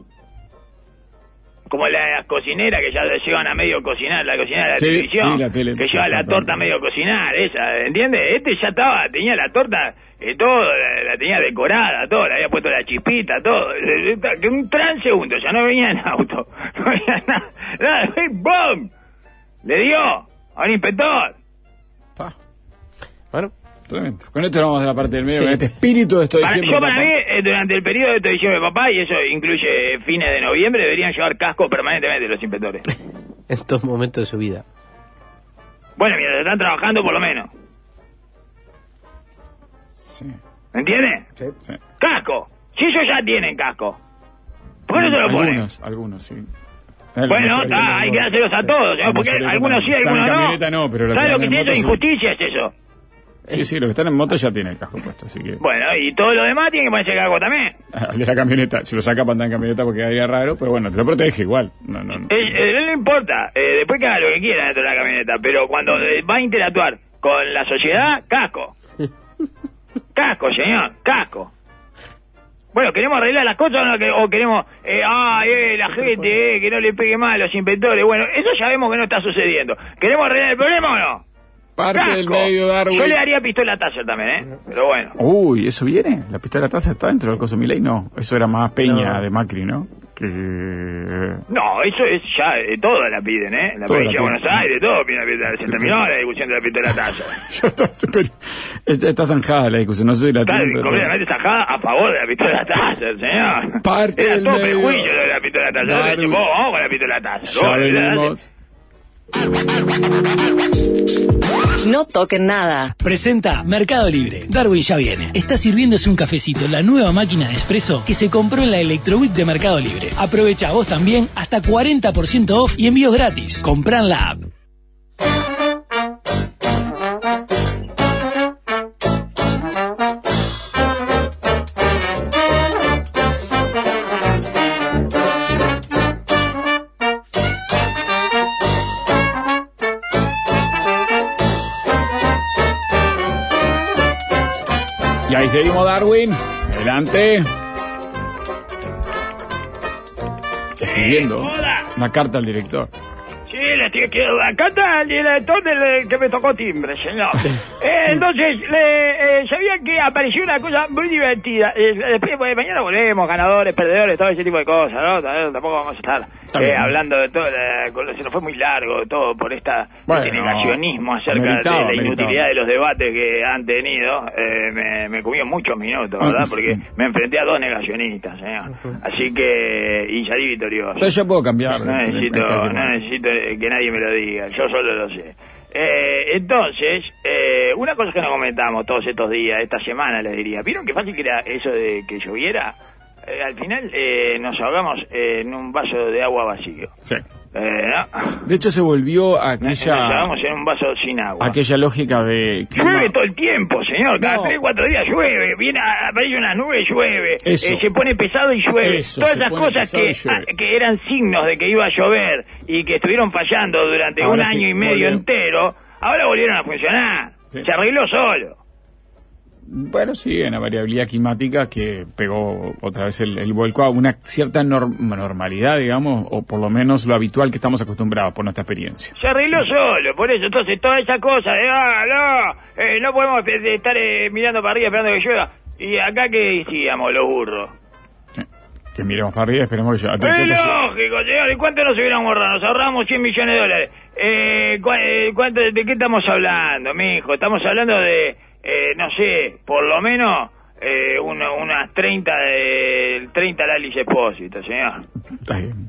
Como las cocineras que ya llevan a medio cocinar, la cocinera de la televisión, la tele, que lleva la torta a medio cocinar, esa, ¿entiendes? Ya tenía la torta, todo, la tenía decorada, todo, le había puesto la chispita, todo, que un transeúnte, o sea, no venía en auto, no venía nada, ¡bum! Le dio a un inspector. Bueno. Con esto vamos a la parte del medio, con este espíritu de esto de diciembre. Para mí, durante el periodo de esto de diciembre, papá, y eso incluye fines de noviembre, deberían llevar casco permanentemente los inspectores. En estos momentos de su vida. Bueno, mientras están trabajando, por lo menos. Sí. ¿Me entiendes? Sí. Casco. Si ellos ya tienen casco, ¿por qué no se lo ponen? Algunos, sí. Bueno, hay que dárselos a todos, ¿no? Porque algunos sí, algunos no. Pero ¿sabes lo que tiene eso? Injusticia es eso. Sí, los que están en moto ya tienen el casco puesto, así que... Bueno, y todo lo demás tienen que ponerse el casco también. De la camioneta, si lo saca para andar en camioneta porque hay raro, pero bueno, te lo protege igual. No importa, después que haga lo que quiera dentro de la camioneta, pero cuando va a interactuar con la sociedad, casco. Casco, señor, casco. Bueno, ¿queremos arreglar las cosas o queremos... la gente, que no le pegue mal a los inventores? Bueno, eso ya vemos que no está sucediendo. ¿Queremos arreglar el problema o no? Parte casco. del medio, Darwin. Yo le daría pistola taser también, pero bueno. Uy, ¿eso viene? ¿La pistola taser está dentro del coso Milei? No, eso era más Peña de Macri, ¿no? No, eso es ya, todas la piden, La provincia de Buenos Aires, todo pide la pistola. Se terminó la discusión de la pistola taser. Está zanjada la discusión, no sé si la tiene. Está completamente zanjada a favor de la pistola taser, señor. Parte era del todo medio. prejuicio de la pistola taser. Vamos con la pistola taser. Ya venimos. No toquen nada. Presenta Mercado Libre. Darwin ya viene. Está sirviéndose un cafecito, la nueva máquina de espresso que se compró en la Electroweek de Mercado Libre. Aprovecha vos también hasta 40% off y envíos gratis. Comprá en la app. Y ahí seguimos, Darwin. Adelante. Escribiendo una carta al director. Sí, le estoy escribiendo la carta al director que me tocó timbre, señor. Entonces, sabía que apareció una cosa muy divertida. Después, mañana volvemos, ganadores, perdedores, todo ese tipo de cosas, ¿no? Tampoco vamos a estar hablando de todo. Se nos fue muy largo todo por este negacionismo acerca de la inutilidad de los debates que han tenido. Me comió muchos minutos, ¿verdad? Porque me enfrenté a dos negacionistas, señor. Así que, y salí victorioso. Entonces yo puedo cambiar. No necesito que nadie me lo diga, yo solo lo sé. Entonces, una cosa que nos comentamos todos estos días, esta semana les diría, ¿vieron qué fácil que era eso de que lloviera? Al final nos ahogamos en un vaso de agua vacío. Sí. ¿No? De hecho se volvió aquella... Nos ahogamos en un vaso sin agua. Aquella lógica de... Llueve todo el tiempo, señor. Cada 3 o 4 días llueve. Aparece una nube, llueve. Se pone pesado y llueve. Todas esas cosas que eran signos de que iba a llover y que estuvieron fallando durante un año y medio entero, ahora volvieron a funcionar. Sí. Se arregló solo. Bueno, sí, una variabilidad climática que pegó otra vez el vuelco a una cierta normalidad, digamos, o por lo menos lo habitual que estamos acostumbrados por nuestra experiencia. Se arregló solo, por eso, entonces, toda esa cosa de, no podemos estar mirando para arriba esperando que llueva. ¿Y acá qué decíamos los burros? Que miremos para arriba y esperemos que llueva. Es lógico, señor, ¿y cuánto nos hubiéramos ahorrado? Nos ahorramos $100 millones. ¿De qué estamos hablando, mijo? Estamos hablando de... no sé, por lo menos unas 30 Lali Espósito, señor. Está bien.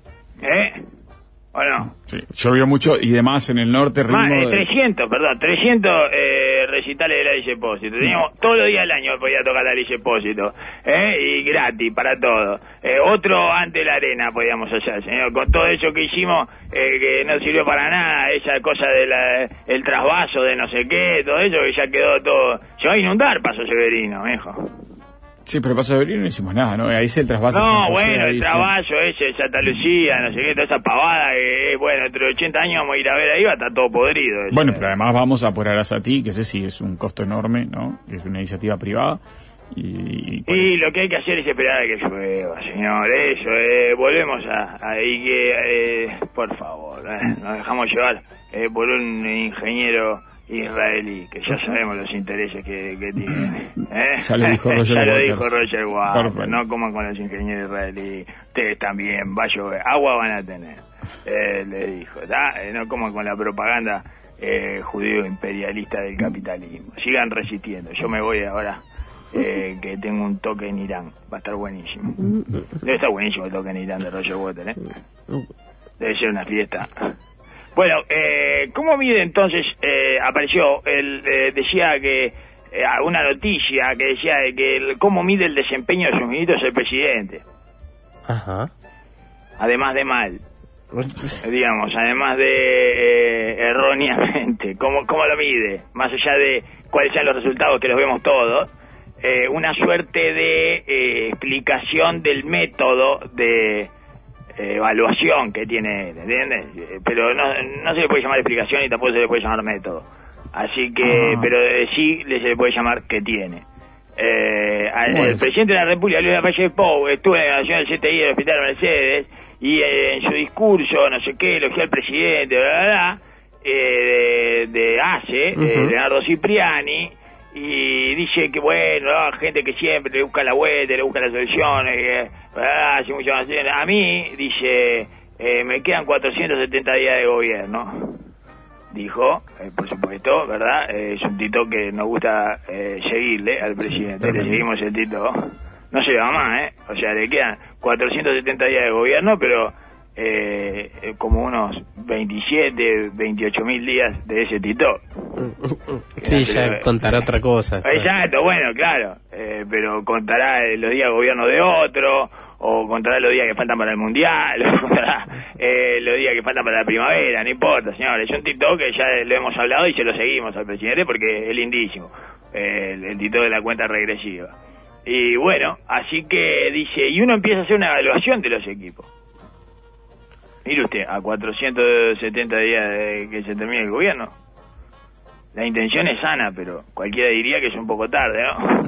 ¿O no? Sí, llovió mucho y demás en el norte. Más de 300 recitales de Lali Espósito. Teníamos todos los días del año podía tocar Lali Espósito. Y gratis para todo. Otro ante la arena podíamos hacer, señor. Con todo eso que hicimos, que no sirvió para nada, esa cosa el trasvaso de no sé qué, todo eso que ya quedó todo. Se va a inundar Paso Severino, hijo. Sí, pero Paso Severino no hicimos nada, ¿no? Ahí es el trasvaso. No, bueno, el trasvaso ese, Santa Lucía, no sé qué, toda esa pavada que, bueno, dentro de 80 años vamos a ir a ver ahí, va a estar todo podrido. Eso. Bueno, pero además vamos a por Arasatí, que ese sí es un costo enorme, ¿no? Es una iniciativa privada. Y lo que hay que hacer es esperar a que llueva, señor, eso, volvemos ahí que, por favor, nos dejamos llevar por un ingeniero israelí, que ya sabemos los intereses que tiene. Ya lo dijo Roger Waters. No coman con los ingenieros israelíes. Ustedes también, va a llover. Agua van a tener. Le dijo. No coman con la propaganda judío imperialista del capitalismo. Sigan resistiendo. Yo me voy ahora. Que tengo un toque en Irán. Va a estar buenísimo. Debe estar buenísimo el toque en Irán de Roger Waters. Debe ser una fiesta. Bueno, ¿cómo mide entonces? Apareció, decía que una noticia que decía de que cómo mide el desempeño de sus ministros el presidente. Ajá. Además de mal. digamos, además de erróneamente, ¿cómo lo mide? Más allá de cuáles sean los resultados que los vemos todos, una suerte de explicación del método de evaluación que tiene, ¿entiendes? Pero no se le puede llamar explicación y tampoco se le puede llamar método. Así que, pero sí se le puede llamar que tiene. El presidente de la República, Luis Lafayette Pou, estuvo en la nación del CTI del Hospital Mercedes y en su discurso, no sé qué, elogió al presidente, de ACE, Leonardo Cipriani, y dice que bueno, gente que siempre le busca la vuelta, le busca las soluciones, hace mucho más. A mí, dice, me quedan 470 días de gobierno, dijo, por supuesto, ¿verdad? Es un tito que nos gusta seguirle al presidente, le seguimos el tito, no se va más, o sea, le quedan 470 días de gobierno, pero como unos 27, 28 mil días de ese tito. Sí, ya contará otra cosa. Exacto, bueno, claro, pero contará los días de gobierno de otro, o contará los días que faltan para el mundial, o contará los días que faltan para la primavera, no importa, señores. Es un tito que ya lo hemos hablado y se lo seguimos al presidente porque es lindísimo, el tito de la cuenta regresiva. Y bueno, así que dice, y uno empieza a hacer una evaluación de los equipos. Mire usted, a 470 días de que se termine el gobierno, la intención es sana, pero cualquiera diría que es un poco tarde, ¿no?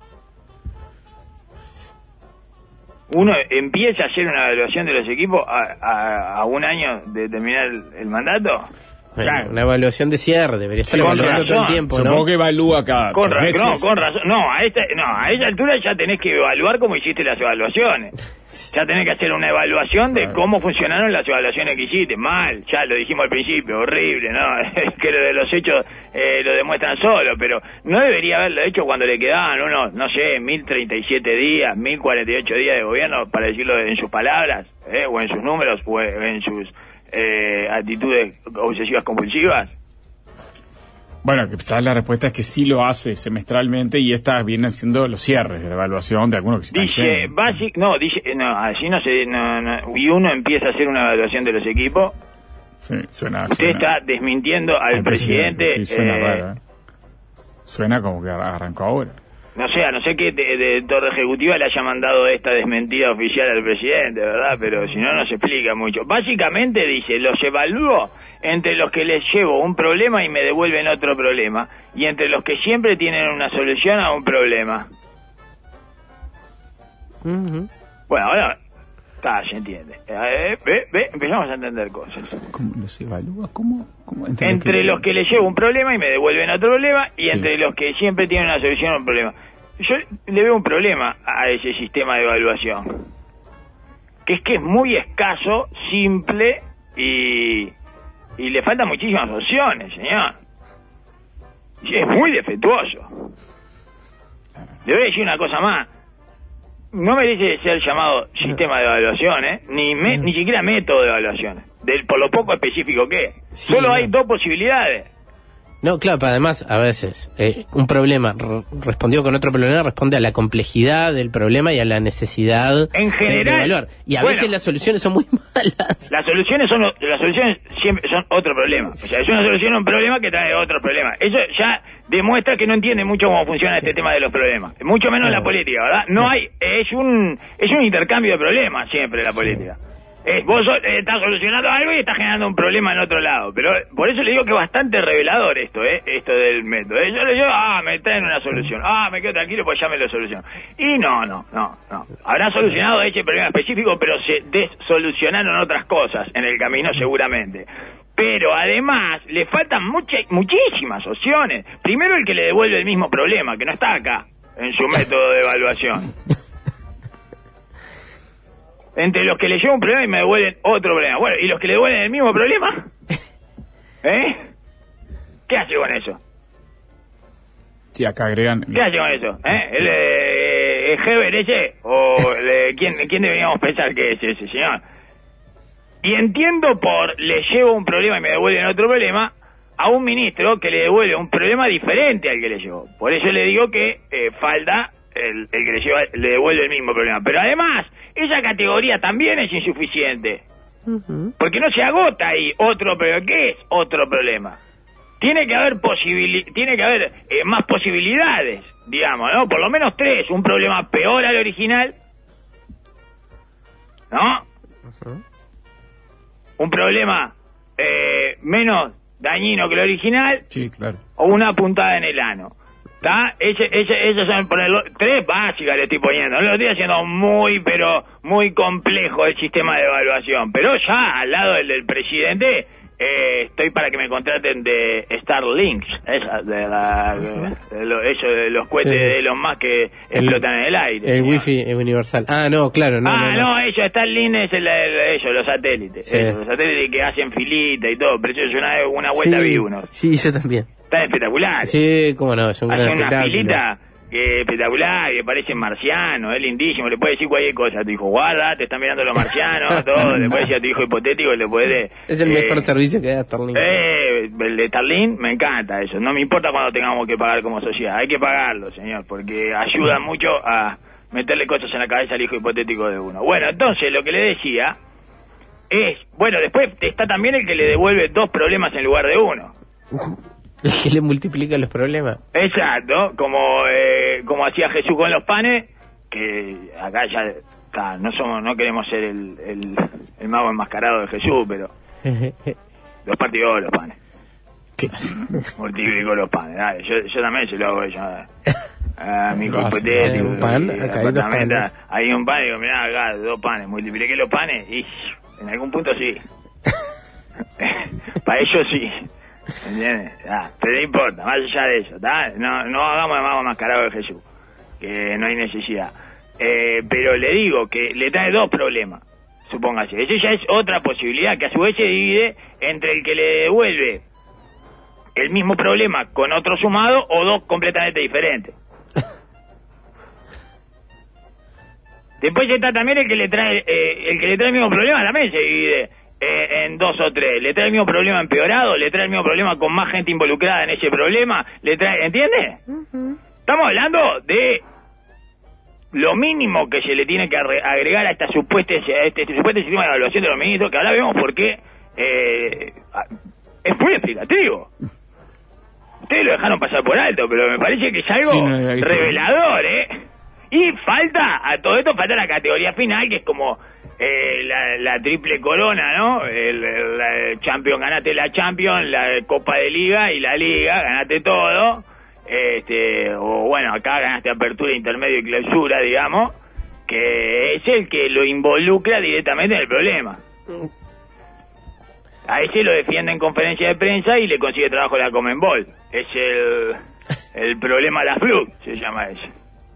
Uno empieza a hacer una evaluación de los equipos a un año de terminar el mandato. Bueno, claro. Una evaluación de cierre, debería estar evaluando todo el tiempo, ¿no? Supongo que evalúa cada con razón. No, a esa altura ya tenés que evaluar cómo hiciste las evaluaciones. Ya tenés que hacer una evaluación de cómo funcionaron las evaluaciones que hiciste. Mal, ya lo dijimos al principio, horrible, ¿no? Es que lo de los hechos lo demuestran solo, pero no debería haberlo hecho cuando le quedaban unos, no sé, 1037 días, 1048 días de gobierno, para decirlo en sus palabras, o en sus números, o en sus actitudes obsesivas compulsivas. Bueno, quizás la respuesta es que sí lo hace semestralmente y estas vienen siendo los cierres de la evaluación de algunos que se dice así no se y uno empieza a hacer una evaluación de los equipos. Sí, suena. Usted está desmintiendo al presidente. Sí, suena raro, Suena como que arrancó ahora. No sé, a no ser que de torre ejecutiva le haya mandado esta desmentida oficial al presidente, ¿verdad? Pero si no, no se explica mucho. Básicamente dice, los evalúo entre los que les llevo un problema y me devuelven otro problema, y entre los que siempre tienen una solución a un problema. Bueno, ahora se entiende. Empezamos a entender cosas. ¿Cómo los evalúa? ¿Cómo? Entre los que les llevo un problema y me devuelven otro problema, y entre los que siempre tienen una solución a un problema. Yo le veo un problema a ese sistema de evaluación, que es muy escaso, simple y le faltan muchísimas opciones, señor. Y es muy defectuoso. Le voy a decir una cosa más. No merece ser llamado sistema de evaluación, ni siquiera método de evaluación, por lo poco específico que es. Sí, solo hay dos posibilidades. No, claro, pero además, a veces, un problema respondió con otro problema, responde a la complejidad del problema y a la necesidad en general, de evaluar. Y a veces las soluciones son muy malas. Las soluciones siempre son otro problema. O sea, es una solución a un problema que trae otro problema. Eso ya demuestra que no entiende mucho cómo funciona este tema de los problemas. Mucho menos la política, ¿verdad? No hay, es un intercambio de problemas siempre la política. Vos estás solucionando algo y estás generando un problema en otro lado. Pero por eso le digo que es bastante revelador esto del método. Yo le digo, me traen una solución. Me quedo tranquilo, pues ya me lo soluciono. Y no. Habrán solucionado ese problema específico, pero se desolucionaron otras cosas en el camino seguramente. Pero además le faltan muchísimas opciones. Primero el que le devuelve el mismo problema, que no está acá, en su método de evaluación. Entre los que le llevo un problema y me devuelven otro problema. Bueno, ¿y los que le devuelven el mismo problema? ¿Qué hace con eso? Sí, acá agregan... ¿Qué hace con eso? ¿El Heber ese? ¿O quién deberíamos pensar que es ese señor? Y entiendo le llevo un problema y me devuelven otro problema a un ministro que le devuelve un problema diferente al que le llevó. Por eso le digo que falta el que le devuelve el mismo problema. Pero además, esa categoría también es insuficiente. Porque no se agota ahí otro problema. ¿Qué es otro problema? Tiene que haber más posibilidades, digamos, ¿no? Por lo menos 3. Un problema peor al original, ¿no? Un problema menos dañino que el original. Sí, claro. O una puntada en el ano. ¿Está? Esas son por 3 básicas le estoy poniendo. No lo estoy haciendo pero muy complejo el sistema de evaluación. Pero ya al lado del presidente estoy para que me contraten de Starlink, de los cohetes de Elon Musk que explotan en el aire. El wifi es universal. No, claro, no. Ellos, Starlink es ellos, los satélites. Sí. Los satélites que hacen filita y todo. Pero yo una vuelta vi uno. Sí, yo también. Están espectaculares. Sí, cómo no, es un gran espectáculo. Hacen una filita que espectacular, que parecen marcianos, es lindísimo, le puede decir cualquier cosa a tu hijo, guarda, te están mirando los marcianos, todo, le puede decir a tu hijo hipotético, le puede... Es el mejor servicio que da Starlink. El de Starlink, me encanta eso, no me importa cuando tengamos que pagar como sociedad, hay que pagarlo, señor, porque ayuda mucho a meterle cosas en la cabeza al hijo hipotético de uno. Bueno, entonces, lo que le decía es, bueno, después está también el que le devuelve 2 problemas en lugar de 1. El que le multiplica los problemas. Exacto, como hacía Jesús con los panes, que acá ya no queremos ser el mago enmascarado de Jesús, pero los partió los panes. Multiplicó los panes, dale, yo también se lo hago yo. A mi hipotético. Un pan, acá hay 2 panes. Hay un pan y digo, mirá, acá 2 panes, multipliqué los panes y en algún punto sí. Para ellos sí. ¿Entiendes? Pero no importa, más allá de eso, ¿tá? No hagamos de mago mascarado de Jesús, que no hay necesidad. Pero le digo que le trae 2 problemas, supóngase. Eso ya es otra posibilidad, que a su vez se divide entre el que le devuelve el mismo problema con otro sumado o 2 completamente diferentes. Después está también el que le trae el mismo problema, también se divide en 2 o 3, le trae el mismo problema empeorado, le trae el mismo problema con más gente involucrada en ese problema, ¿entiende? Estamos hablando de lo mínimo que se le tiene que agregar a este supuesto sistema de evaluación de los ministros, que ahora vemos por qué es muy explicativo. Ustedes lo dejaron pasar por alto, pero me parece que es algo revelador, Y a todo esto falta la categoría final, que es como la triple corona, ¿no? La Champions, ganaste la Champions, la Copa de Liga y la Liga, ganaste todo. O bueno, acá ganaste apertura, intermedio y clausura, digamos, que es el que lo involucra directamente en el problema. A ese lo defiende en conferencia de prensa y le consigue trabajo en la Conmebol. Es el problema la FLUC, se llama ese.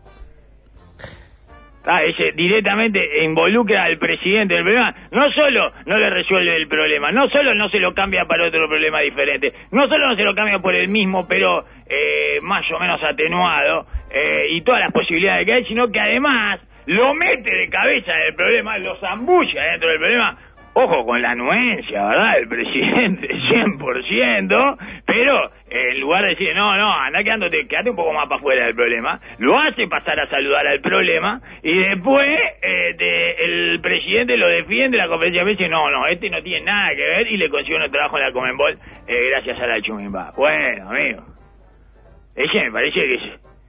Ese directamente involucra al presidente del problema. No solo no le resuelve el problema, no solo no se lo cambia para otro problema diferente, no solo no se lo cambia por el mismo, pero más o menos atenuado, y todas las posibilidades que hay, sino que además lo mete de cabeza en el problema, lo zambulla dentro del problema. Ojo con la anuencia, ¿verdad? El presidente 100%, pero en lugar de decir, no, anda quédate un poco más para afuera del problema, lo hace pasar a saludar al problema, y después el presidente lo defiende, la conferencia de prensa, no, este no tiene nada que ver, y le consigue un trabajo en la Conmebol gracias a la Chumimba. Bueno, amigo, ese me parece que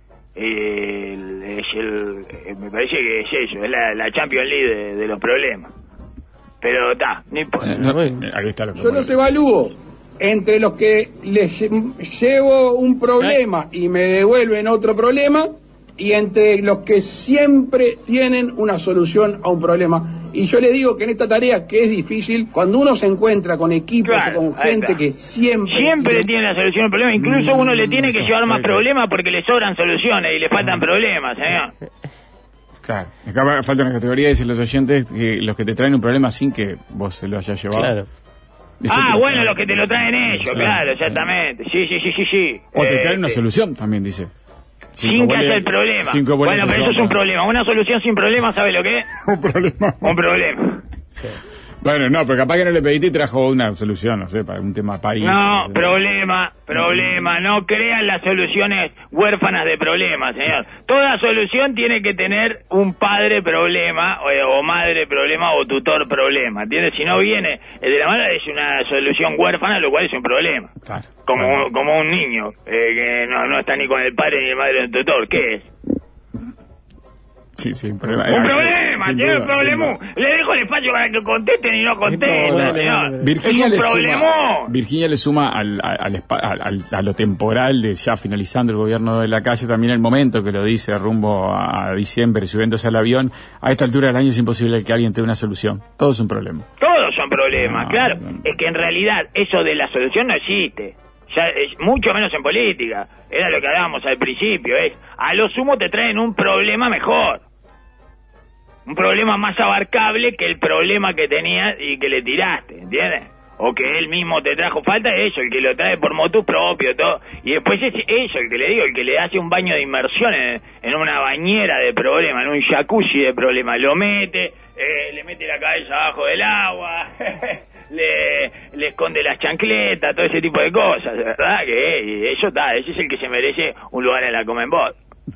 me parece que es eso, es la Champions League de los problemas. Pero no importa. Aquí está lo que yo los evalúo entre los que les llevo un problema y me devuelven otro problema, y entre los que siempre tienen una solución a un problema. Y yo le digo que en esta tarea, que es difícil, cuando uno se encuentra con equipos o con gente que siempre tiene la solución al problema, incluso uno le tiene que llevar más problemas porque le sobran soluciones y le faltan problemas, señor. Claro, acá falta una categoría, dicen los oyentes, que los que te traen un problema sin que vos se lo hayas llevado. Claro. Bueno, los que te lo traen ellos, claro, exactamente. Sí. O te traen una solución, también dice. Sin que haya el problema. Bueno, pero eso es un problema. Una solución sin problema, ¿sabe lo que es? Un problema. Un problema. Bueno, no, pero capaz que no le pediste y trajo una solución, no sé, para un tema país. No, sé. problema, no crean las soluciones huérfanas de problemas, señor. Toda solución tiene que tener un padre problema, o madre problema, o tutor problema, ¿entiendes? Si no viene de la mano es una solución huérfana, lo cual es un problema. Claro, Como un niño, que no está ni con el padre ni el madre del tutor, ¿qué es? Sí, un problema. Un problema, tiene un problema. Le dejo el espacio para que contesten y no contesten, señor. Virginia le suma a lo temporal de ya finalizando el gobierno de la calle también el momento que lo dice rumbo a diciembre, subiéndose al avión. A esta altura del año es imposible que alguien tenga una solución. Todo es un problema. Todos son problemas, claro. Es que en realidad eso de la solución no existe. Ya es mucho menos en política. Era lo que hablábamos al principio. A lo sumo te traen un problema mejor. Un problema más abarcable que el problema que tenías y que le tiraste, ¿entiendes? O que él mismo te trajo. Falta eso, el que lo trae por motu propio, todo. Y después es eso, el que le digo, el que le hace un baño de inmersión en una bañera de problema, en un jacuzzi de problema. Lo mete, le mete la cabeza abajo del agua, le esconde las chancletas, todo ese tipo de cosas, ¿verdad? Que eso está, ese es el que se merece un lugar en la Comenbol.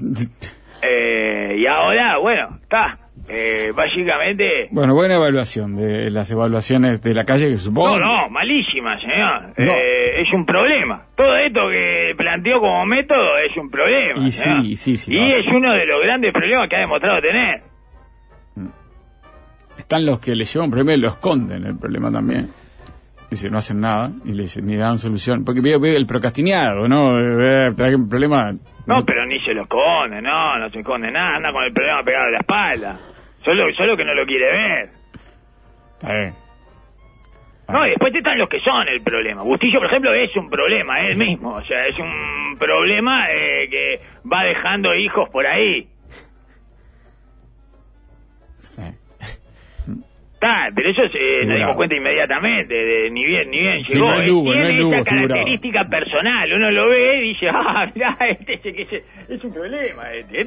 Y ahora, bueno, está. Básicamente... Bueno, buena evaluación de las evaluaciones de la calle que supongo... No, malísima, señor. No. Es un problema. Todo esto que planteó como método es un problema. Y señor. sí. Y es uno de los grandes problemas que ha demostrado tener. Están los que le llevan un problema y lo esconden el problema también. Dice, no hacen nada y ni dan solución. Porque veo el procrastinado, ¿no? Trae un problema... No, pero ni se lo esconde, no se esconde nada. Anda con el problema pegado a la espalda. Solo que no lo quiere ver. Está bien. No, y después están los que son el problema. Bustillo, por ejemplo, es un problema, él mismo. O sea, es un problema que va dejando hijos por ahí. Sí. Pero eso nos dimos cuenta inmediatamente, ni bien llegó. Sí, no es Lugo, tiene esa característica personal, uno lo ve y dice, mirá, es un problema,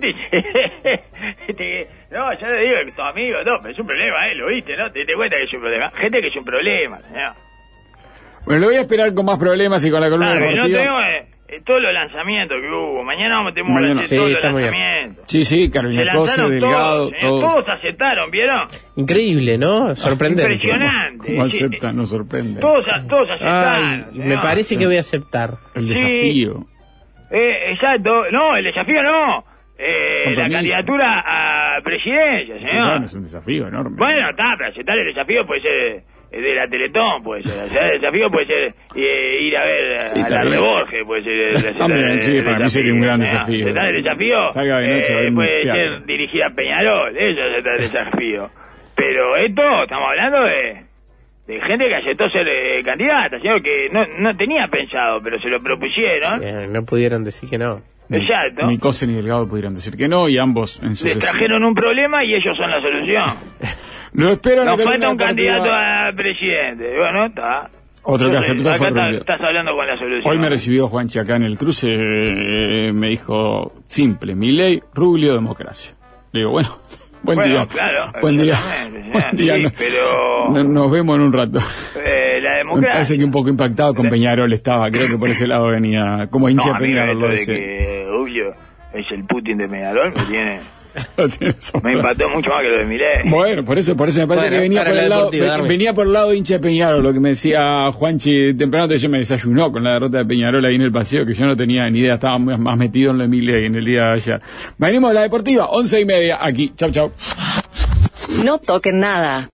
no, ya le digo que tu amigo, no, pero es un problema, lo viste, ¿no? Te cuenta que es un problema, gente que es un problema, señor. Bueno, lo voy a esperar con más problemas y con la columna deportiva. No tengo todos los lanzamientos que hubo. Mañana vamos a tener todos los lanzamientos. Sí, Carolina Cose, Delgado, todos aceptaron, ¿vieron? Increíble, ¿no? Sorprendente. Impresionante. ¿Cómo aceptan? Nos sorprende. Todos aceptaron. Me parece que voy a aceptar. El desafío. Exacto. No, el desafío no. La candidatura a presidencia, señor. Sí, bueno, es un desafío enorme. Bueno, está, pero aceptar el desafío puede ser de la Teletón, puede ser. O sea, el desafío puede ser ir a ver a la Reborge, puede ser. También, sí, para mí sería un gran desafío. Aceptar el desafío Salga de noche, puede ser dirigir a Peñarol, eso es aceptar el desafío. Pero esto, estamos hablando de gente que aceptó ser candidata, señor, que no tenía pensado, pero se lo propusieron. No pudieron decir que no. Exacto. Ni Cose ni Delgado pudieron decir que no, y ambos en les trajeron un problema y ellos son la solución. Lo espero. Nos falta un candidato a presidente. Bueno, está. Otro que aceptó fue Rubio. Estás hablando con la solución. Hoy me recibió Juanchi acá en el cruce, me dijo, simple, Milei, Rubio, democracia. Le digo, bueno, buen día. Claro, buen día. Sí, pero... Nos vemos en un rato. La democracia. Me parece que un poco impactado con Peñarol estaba, creo que por ese lado venía, como hincha de Peñarol. Lo dice. Que Rubio es el Putin de Peñarol, me tiene... Me impactó mucho más que lo de Milei. Bueno, por eso me parece que venía por el lado, venía por el lado de hincha de Peñarol, lo que me decía Juanchi temprano. Yo me desayunó con la derrota de Peñarol ahí en el paseo, que yo no tenía ni idea, estaba más metido en lo de Milei en el día de ayer. Venimos a la deportiva, 11:30 aquí. Chau. No toquen nada.